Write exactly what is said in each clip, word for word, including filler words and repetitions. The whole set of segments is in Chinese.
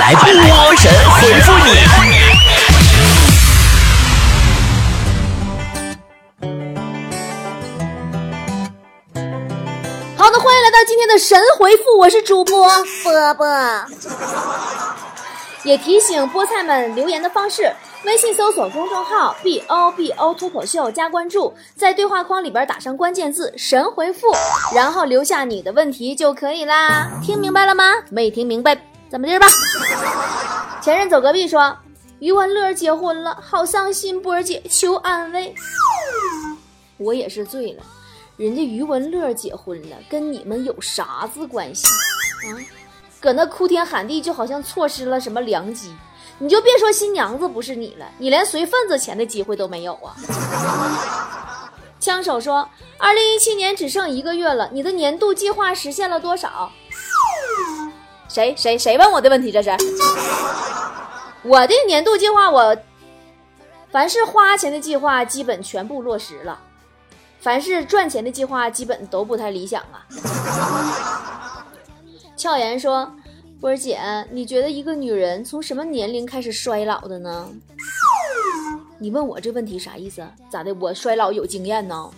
来波神回复你。 好的，欢迎来到今天的神回复，我是主播波波。也提醒菠菜们留言的方式，微信搜索公众号 B O B O 脱口秀加关注，在对话框里边打上关键字神回复，然后留下你的问题就可以啦。听明白了吗？没听明白怎么地吧。前任走隔壁说，余文乐结婚了，好伤心，波儿姐求安慰。我也是醉了，人家余文乐结婚了，跟你们有啥子关系啊？搁那哭天喊地，就好像错失了什么良机。你就别说新娘子不是你了，你连随份子钱的机会都没有啊。枪手说，二零一七年只剩一个月了，你的年度计划实现了多少？谁谁谁问我的问题？这是我的年度计划，我凡是花钱的计划基本全部落实了，凡是赚钱的计划基本都不太理想啊。俏妍说，波儿姐，你觉得一个女人从什么年龄开始衰老的呢？你问我这问题啥意思？咋的？我衰老有经验呢？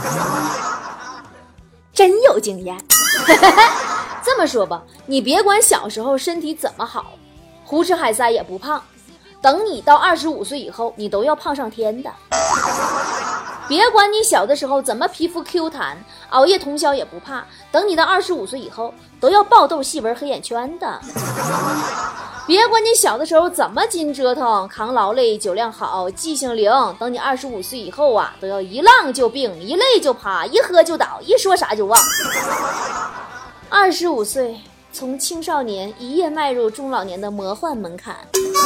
真有经验。这么说吧，你别管小时候身体怎么好，胡吃海塞也不胖，等你到二十五岁以后，你都要胖上天的。别管你小的时候怎么皮肤 Q 弹，熬夜通宵也不怕，等你到二十五岁以后，都要爆痘细纹黑眼圈的。别管你小的时候怎么筋折腾，扛劳累，酒量好，记性灵，等你二十五岁以后啊，都要一浪就病，一累就趴，一喝就倒，一说啥就忘。二十五岁，从青少年一夜迈入中老年的魔幻门槛。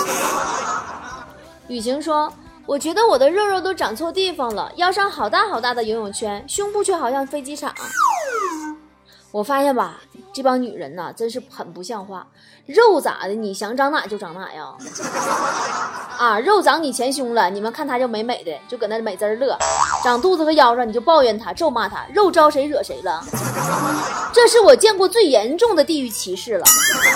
雨晴说，我觉得我的肉肉都长错地方了，腰上好大好大的游泳圈，胸部却好像飞机场。我发现吧，这帮女人呐，真是很不像话。肉咋的？你想长哪就长哪呀？啊，肉长你前胸了，你们看她就美美的，就搁那美滋乐；长肚子和腰上，你就抱怨她、咒骂她，肉招谁惹谁了？这是我见过最严重的地域歧视了。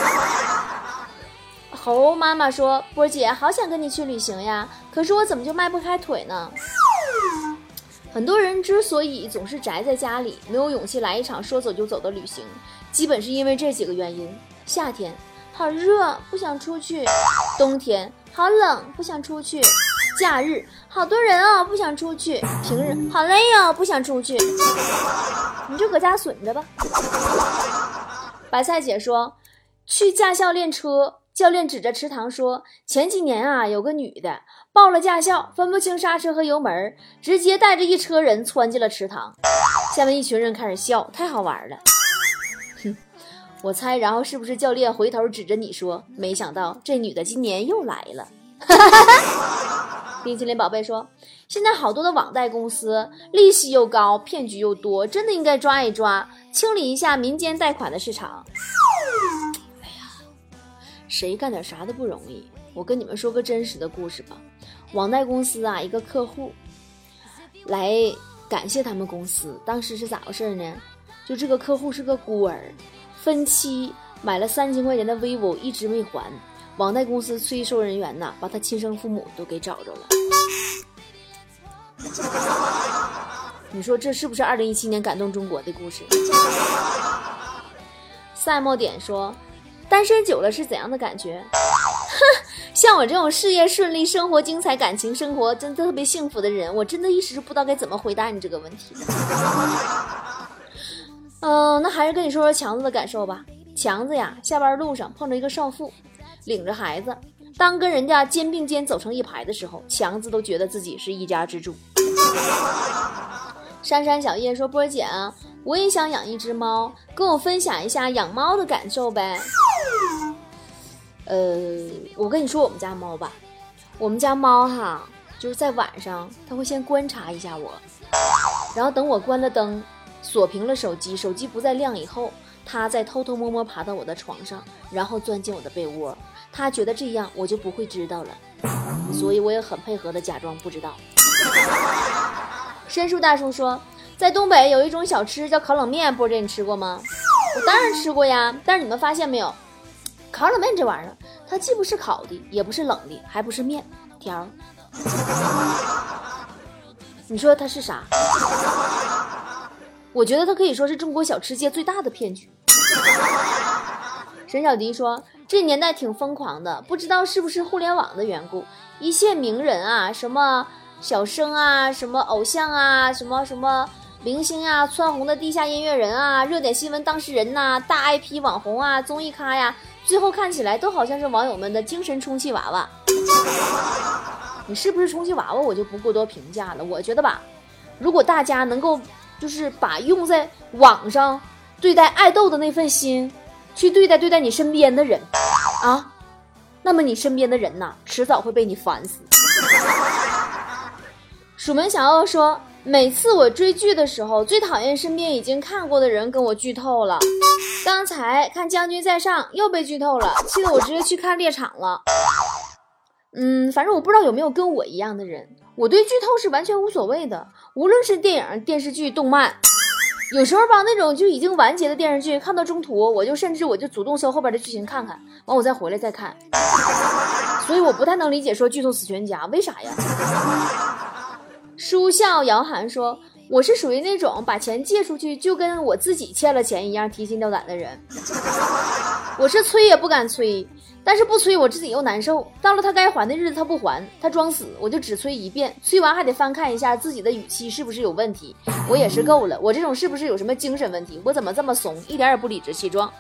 猴妈妈说，波姐好想跟你去旅行呀，可是我怎么就迈不开腿呢？很多人之所以总是宅在家里，没有勇气来一场说走就走的旅行，基本是因为这几个原因。夏天好热，不想出去；冬天好冷，不想出去；假日好多人哦，不想出去；平日好累哦，不想出去。你就搁家损着吧。白菜姐说，去驾校练车，教练指着池塘说，前几年啊，有个女的报了驾校，分不清刹车和油门，直接带着一车人窜进了池塘。下面一群人开始笑，太好玩了。哼，我猜然后是不是教练回头指着你说，没想到这女的今年又来了。冰淇淋宝贝说，现在好多的网贷公司利息又高，骗局又多，真的应该抓一抓，清理一下民间贷款的市场。哎呀，谁干点啥都不容易。我跟你们说个真实的故事吧。网贷公司啊，一个客户来感谢他们公司，当时是咋回事呢？就这个客户是个孤儿，分期买了三千块钱的 vivo 一直没还，网贷公司催收人员呐，把他亲生父母都给找着了。你说这是不是二零一七年感动中国的故事？赛末点说，单身久了是怎样的感觉？哼，像我这种事业顺利、生活精彩、感情生活真的特别幸福的人，我真的一时不知道该怎么回答你这个问题。嗯、呃，那还是跟你说说强子的感受吧。强子呀，下班路上碰着一个少妇，领着孩子，当跟人家肩并肩走成一排的时候，强子都觉得自己是一家之主。珊珊小叶说，波姐啊，我也想养一只猫，跟我分享一下养猫的感受呗。呃，我跟你说我们家猫吧，我们家猫哈，就是在晚上它会先观察一下我，然后等我关了灯，锁屏了手机，手机不再亮以后，它再偷偷摸摸爬到我的床上，然后钻进我的被窝。它觉得这样我就不会知道了，所以我也很配合的假装不知道。申树大叔说，在东北有一种小吃叫烤冷面，波姐你吃过吗？我当然吃过呀，但是你们发现没有，烤冷面这玩意儿它既不是烤的，也不是冷的，还不是面条。你说它是啥？我觉得它可以说是中国小吃界最大的骗局。沈小迪说，这年代挺疯狂的，不知道是不是互联网的缘故，一线名人啊，什么小生啊，什么偶像啊，什么什么明星啊，蹿红的地下音乐人啊，热点新闻当事人呐、啊，大 I P 网红啊，综艺咖呀，最后看起来都好像是网友们的精神充气娃娃。你是不是充气娃娃我就不过多评价了，我觉得吧，如果大家能够就是把用在网上对待爱豆的那份心去对待对待你身边的人啊，那么你身边的人呐，迟早会被你烦死。蜀门小奥说，每次我追剧的时候，最讨厌身边已经看过的人跟我剧透了。刚才看《将军在上》又被剧透了，气得我直接去看猎场了。嗯，反正我不知道有没有跟我一样的人，我对剧透是完全无所谓的，无论是电影、电视剧、动漫。有时候吧，那种就已经完结的电视剧，看到中途，我就甚至我就主动搜后边的剧情看看，完我再回来再看。所以我不太能理解说剧透死全家，为啥呀？书笑摇寒说，我是属于那种把钱借出去就跟我自己欠了钱一样提心吊胆的人。我是催也不敢催，但是不催我自己又难受，到了他该还的日子他不还，他装死，我就只催一遍，催完还得翻看一下自己的语气是不是有问题，我也是够了，我这种是不是有什么精神问题，我怎么这么怂，一点也不理直气壮。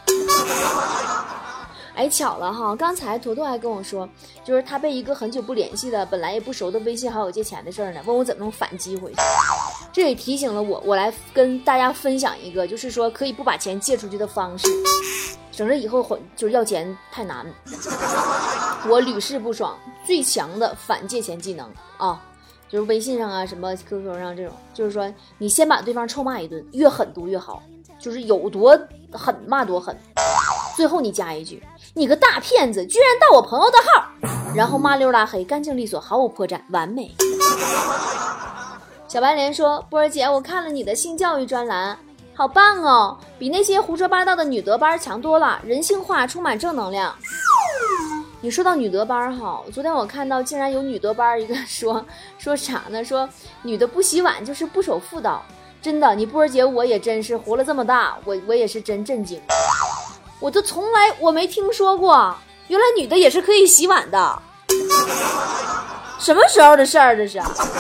哎，巧了哈，刚才坨坨还跟我说，就是他被一个很久不联系的本来也不熟的微信好友借钱的事儿呢，问我怎么能反击回去。这也提醒了我，我来跟大家分享一个就是说可以不把钱借出去的方式，省着以后就是要钱太难。我屡试不爽，最强的反借钱技能啊，就是微信上啊，什么 Q Q 上这种，就是说你先把对方臭骂一顿，越狠毒越好，就是有多狠骂多狠，最后你加一句，你个大骗子，居然盗我朋友的号，然后骂溜拉黑，干净利索，毫无破绽，完美。小白莲说，波儿姐，我看了你的性教育专栏，好棒哦，比那些胡说八道的女德班强多了，人性化，充满正能量。你说到女德班哈，昨天我看到竟然有女德班一个说说啥呢，说女的不洗碗就是不守妇道。真的，你波儿姐我也真是活了这么大，我我也是真震惊，我都从来我没听说过，原来女的也是可以洗碗的，什么时候的事儿这是？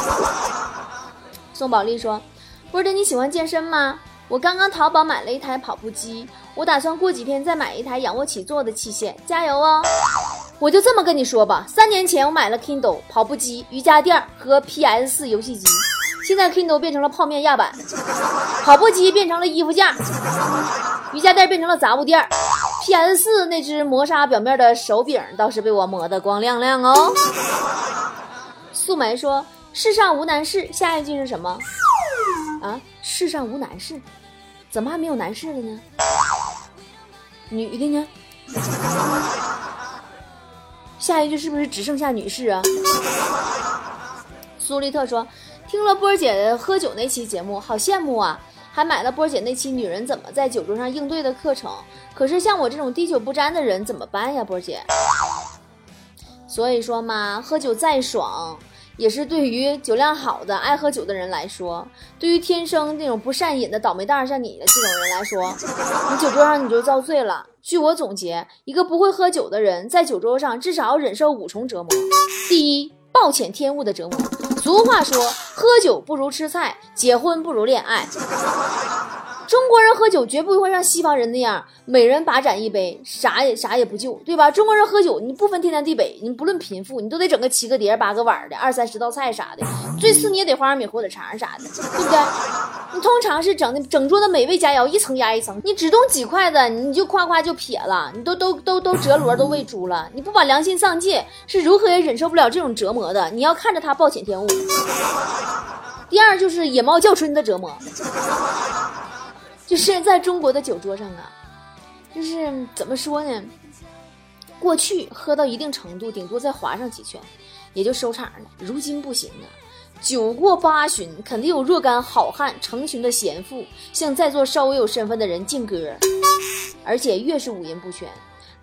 宋宝丽说，波儿姐你喜欢健身吗？我刚刚淘宝买了一台跑步机，我打算过几天再买一台仰卧起坐的器械，加油哦。我就这么跟你说吧，三年前我买了 Kindle 跑步机、瑜伽垫和 P S 四 游戏机，现在 Kindle 变成了泡面压板，跑步机变成了衣服架，瑜伽垫变成了杂物垫， P S 四 那只磨砂表面的手柄倒是被我磨得光亮亮哦。素梅说，世上无难事，下一句是什么啊？世上无难事，怎么还没有男士了呢？女的呢？下一句是不是只剩下女士啊？苏丽特说，听了波儿姐喝酒那期节目，好羡慕啊，还买了波儿姐那期女人怎么在酒桌上应对的课程，可是像我这种滴酒不沾的人怎么办呀，波儿姐？所以说嘛，喝酒再爽也是对于酒量好的爱喝酒的人来说，对于天生那种不善饮的倒霉蛋像你的这种人来说，你酒桌上你就遭罪了。据我总结，一个不会喝酒的人在酒桌上至少要忍受五重折磨。第一，暴殄天物的折磨。俗话说，喝酒不如吃菜，结婚不如恋爱。中国人喝酒绝不会像西方人那样每人把盏一杯，啥也啥也不就，对吧？中国人喝酒你不分天南地北，你不论贫富，你都得整个七个碟八个碗的，二三十道菜啥的，最次你也得花生米火腿肠啥的，对不对？你通常是整的整桌的美味佳肴一层压一层，你只动几筷子你就夸夸就撇了，你都都都都折罗都喂猪了，你不把良心丧戒，是如何也忍受不了这种折磨的。你要看着他暴殄天物。第二就是野猫叫春的折磨，就是在中国的酒桌上啊，就是怎么说呢，过去喝到一定程度顶多再划上几拳也就收场了，如今不行啊，酒过八巡肯定有若干好汉成群的贤妇向在座稍微有身份的人敬歌，而且越是五音不全，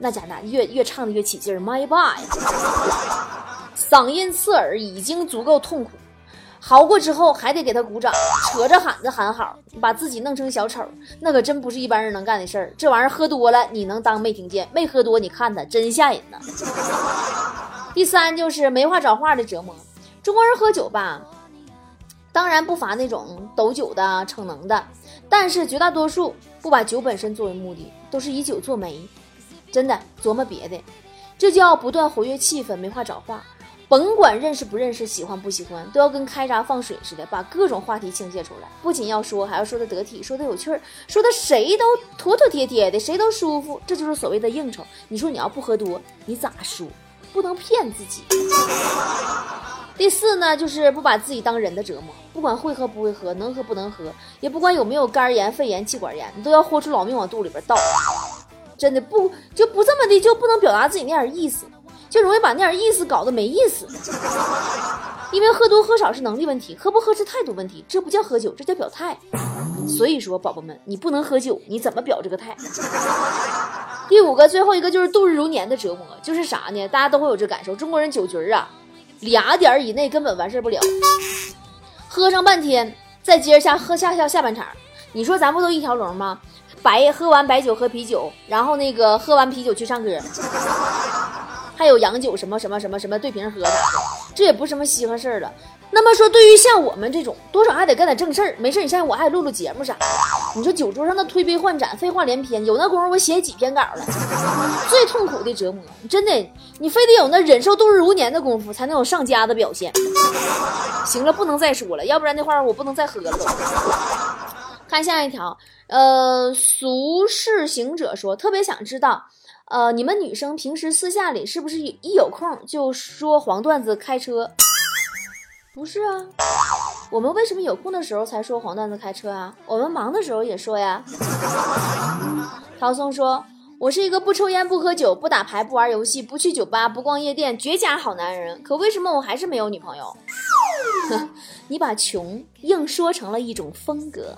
那家伙越越唱的越起劲儿，妈呀爸呀，嗓音刺耳，已经足够痛苦。嚎过之后还得给他鼓掌，扯着喊着喊好，把自己弄成小丑，那可真不是一般人能干的事儿。这玩意儿喝多了你能当没听见，没喝多你看他真吓人呢。第三就是没话找话的折磨。中国人喝酒吧，当然不乏那种斗酒的逞能的，但是绝大多数不把酒本身作为目的，都是以酒作媒，真的琢磨别的，这叫不断活跃气氛，没话找话。甭管认识不认识，喜欢不喜欢，都要跟开闸放水似的，把各种话题倾泻出来。不仅要说，还要说得得体，说得有趣儿，说得谁都妥妥帖帖的，谁都舒服。这就是所谓的应酬。你说你要不喝多，你咋说？不能骗自己。第四呢，就是不把自己当人的折磨，不管会喝不会喝，能喝不能喝，也不管有没有肝炎、肺炎、气管炎，你都要豁出老命往肚里边倒。真的不就不这么的，就不能表达自己那点意思。就容易把那点意思搞得没意思，因为喝多喝少是能力问题，喝不喝是态度问题，这不叫喝酒，这叫表态。所以说宝宝们，你不能喝酒，你怎么表这个态？第五个，最后一个就是度日如年的折磨，就是啥呢？大家都会有这感受，中国人酒局啊，俩点以内根本完事不了，喝上半天，再接着下喝下下下半场。你说咱不都一条龙吗？白喝完白酒喝啤酒，然后那个喝完啤酒去唱歌。还有洋酒什么什么什么什么对瓶喝的，这也不是什么稀罕事儿了。那么说，对于像我们这种，多少还得干点正事儿。没事，你像我还录录节目啥的。你说酒桌上那推杯换盏，废话连篇，有那功夫我写几篇稿了。最痛苦的折磨，真的，你非得有那忍受度日如年的功夫，才能有上佳的表现。行了，不能再说了，要不然的话我不能再喝了都。看下一条，呃，俗世行者说，特别想知道。呃，你们女生平时私下里是不是一有空就说黄段子开车？不是啊，我们为什么有空的时候才说黄段子开车啊？我们忙的时候也说呀。陶松说，我是一个不抽烟不喝酒不打牌不玩游戏不去酒吧不逛夜店绝佳好男人，可为什么我还是没有女朋友？你把穷硬说成了一种风格。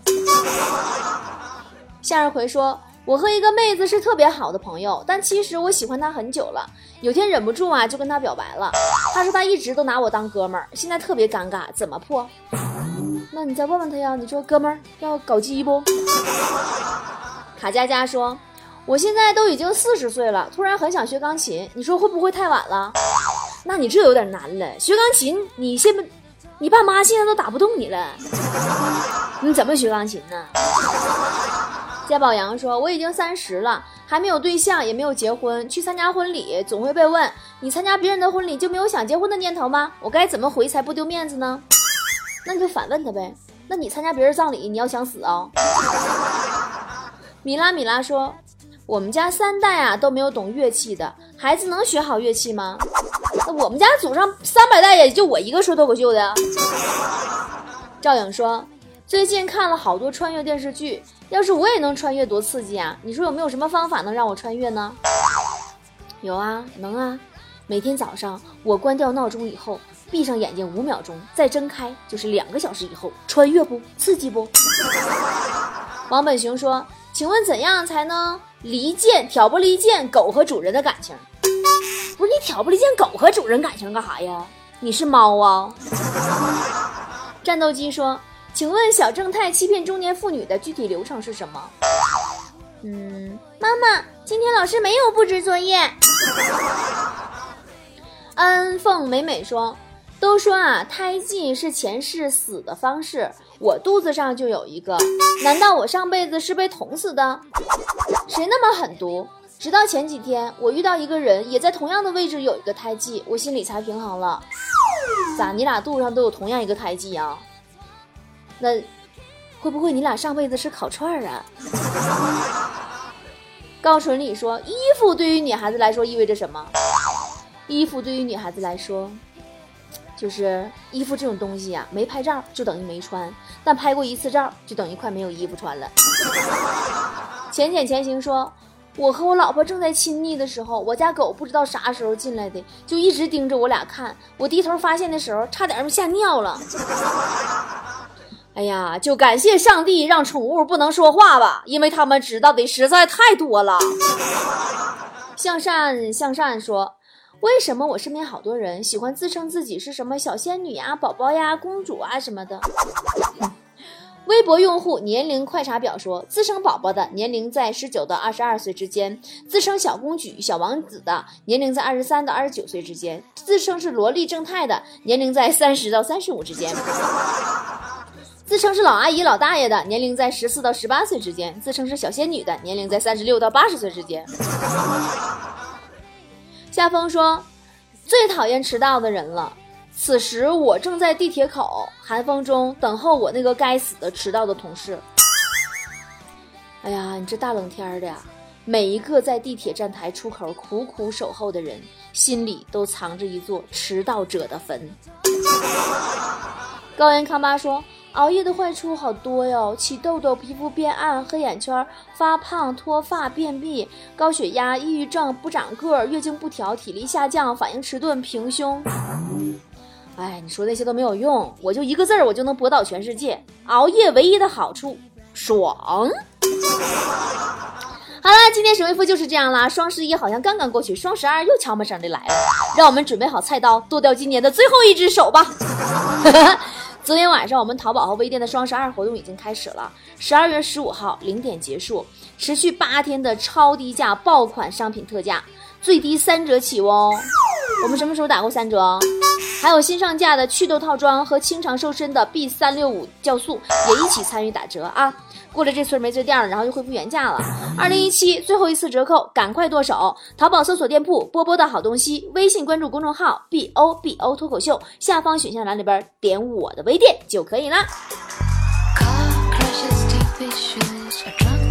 向日葵说，我和一个妹子是特别好的朋友，但其实我喜欢她很久了。有天忍不住啊，就跟她表白了。她说她一直都拿我当哥们儿，现在特别尴尬，怎么破？那你再问问她呀，你说哥们儿要搞基不？卡佳佳说，我现在都已经四十岁了，突然很想学钢琴，你说会不会太晚了？那你这有点难了，学钢琴你现在你爸妈现在都打不动你了，你怎么学钢琴呢？贾宝阳说，我已经三十了，还没有对象，也没有结婚，去参加婚礼总会被问，你参加别人的婚礼就没有想结婚的念头吗？我该怎么回才不丢面子呢？那你就反问他呗，那你参加别人葬礼你要想死啊？米拉米拉说，我们家三代啊都没有懂乐器的，孩子能学好乐器吗？那我们家祖上三百代也就我一个说脱口秀的。赵颖说，最近看了好多穿越电视剧，要是我也能穿越多刺激啊，你说有没有什么方法能让我穿越呢？有啊，能啊，每天早上我关掉闹钟以后，闭上眼睛五秒钟，再睁开就是两个小时以后，穿越不？刺激不？王本雄说，请问怎样才能离间挑拨离间狗和主人的感情？不是你挑拨离间狗和主人感情干啥呀？你是猫啊？战斗机说，请问小正太欺骗中年妇女的具体流程是什么？嗯，妈妈，今天老师没有布置作业。安凤美美说，都说啊，胎记是前世死的方式，我肚子上就有一个，难道我上辈子是被捅死的？谁那么狠毒？直到前几天我遇到一个人也在同样的位置有一个胎记，我心里才平衡了。咋你俩肚子上都有同样一个胎记啊？那会不会你俩上辈子是烤串啊？高纯里说，衣服对于女孩子来说意味着什么？衣服对于女孩子来说，就是衣服这种东西啊，没拍照就等于没穿，但拍过一次照就等于快没有衣服穿了。浅浅前行说，我和我老婆正在亲密的时候，我家狗不知道啥时候进来的，就一直盯着我俩看，我低头发现的时候差点吓尿了。哎呀，就感谢上帝让宠物不能说话吧，因为他们知道的实在太多了。 向善向善说，为什么我身边好多人喜欢自称自己是什么小仙女呀、宝宝呀、公主啊什么的？微博用户年龄快查表说，自称宝宝的年龄在十九到二十二岁之间，自称小公举、小王子的年龄在二十三到二十九岁之间，自称是萝莉正太的年龄在三十到三十五之间，自称是老阿姨、老大爷的年龄在十四到十八岁之间，自称是小仙女的年龄在三十六到八十岁之间。夏风说，最讨厌迟到的人了。此时我正在地铁口寒风中等候我那个该死的迟到的同事。哎呀，你这大冷天的呀，每一个在地铁站台出口苦苦守候的人，心里都藏着一座迟到者的坟。高原康巴说，熬夜的坏处好多哟，起痘痘、皮肤变暗、黑眼圈、发胖、脱发、便秘、高血压、抑郁症、不长个、月经不调、体力下降、反应迟钝、平胸。哎，你说那些都没有用，我就一个字儿，我就能驳倒全世界。熬夜唯一的好处，爽。好了，今天神回复就是这样啦。双十一好像刚刚过去，双十二又悄没声的来了，让我们准备好菜刀，剁掉今年的最后一只手吧。昨天晚上我们淘宝和微店的双十二活动已经开始了，十二月十五号零点结束，持续八天的超低价爆款商品特价，最低三折起哦。我们什么时候打过三折？还有新上架的祛痘套装和清肠瘦身的 B 三六五 酵素也一起参与打折啊！过了这村没这店了，然后又恢复原价了。二零一七最后一次折扣，赶快剁手！淘宝搜索店铺波波的好东西，微信关注公众号 B O B O 脱口秀，下方选项栏里边点我的微店就可以啦。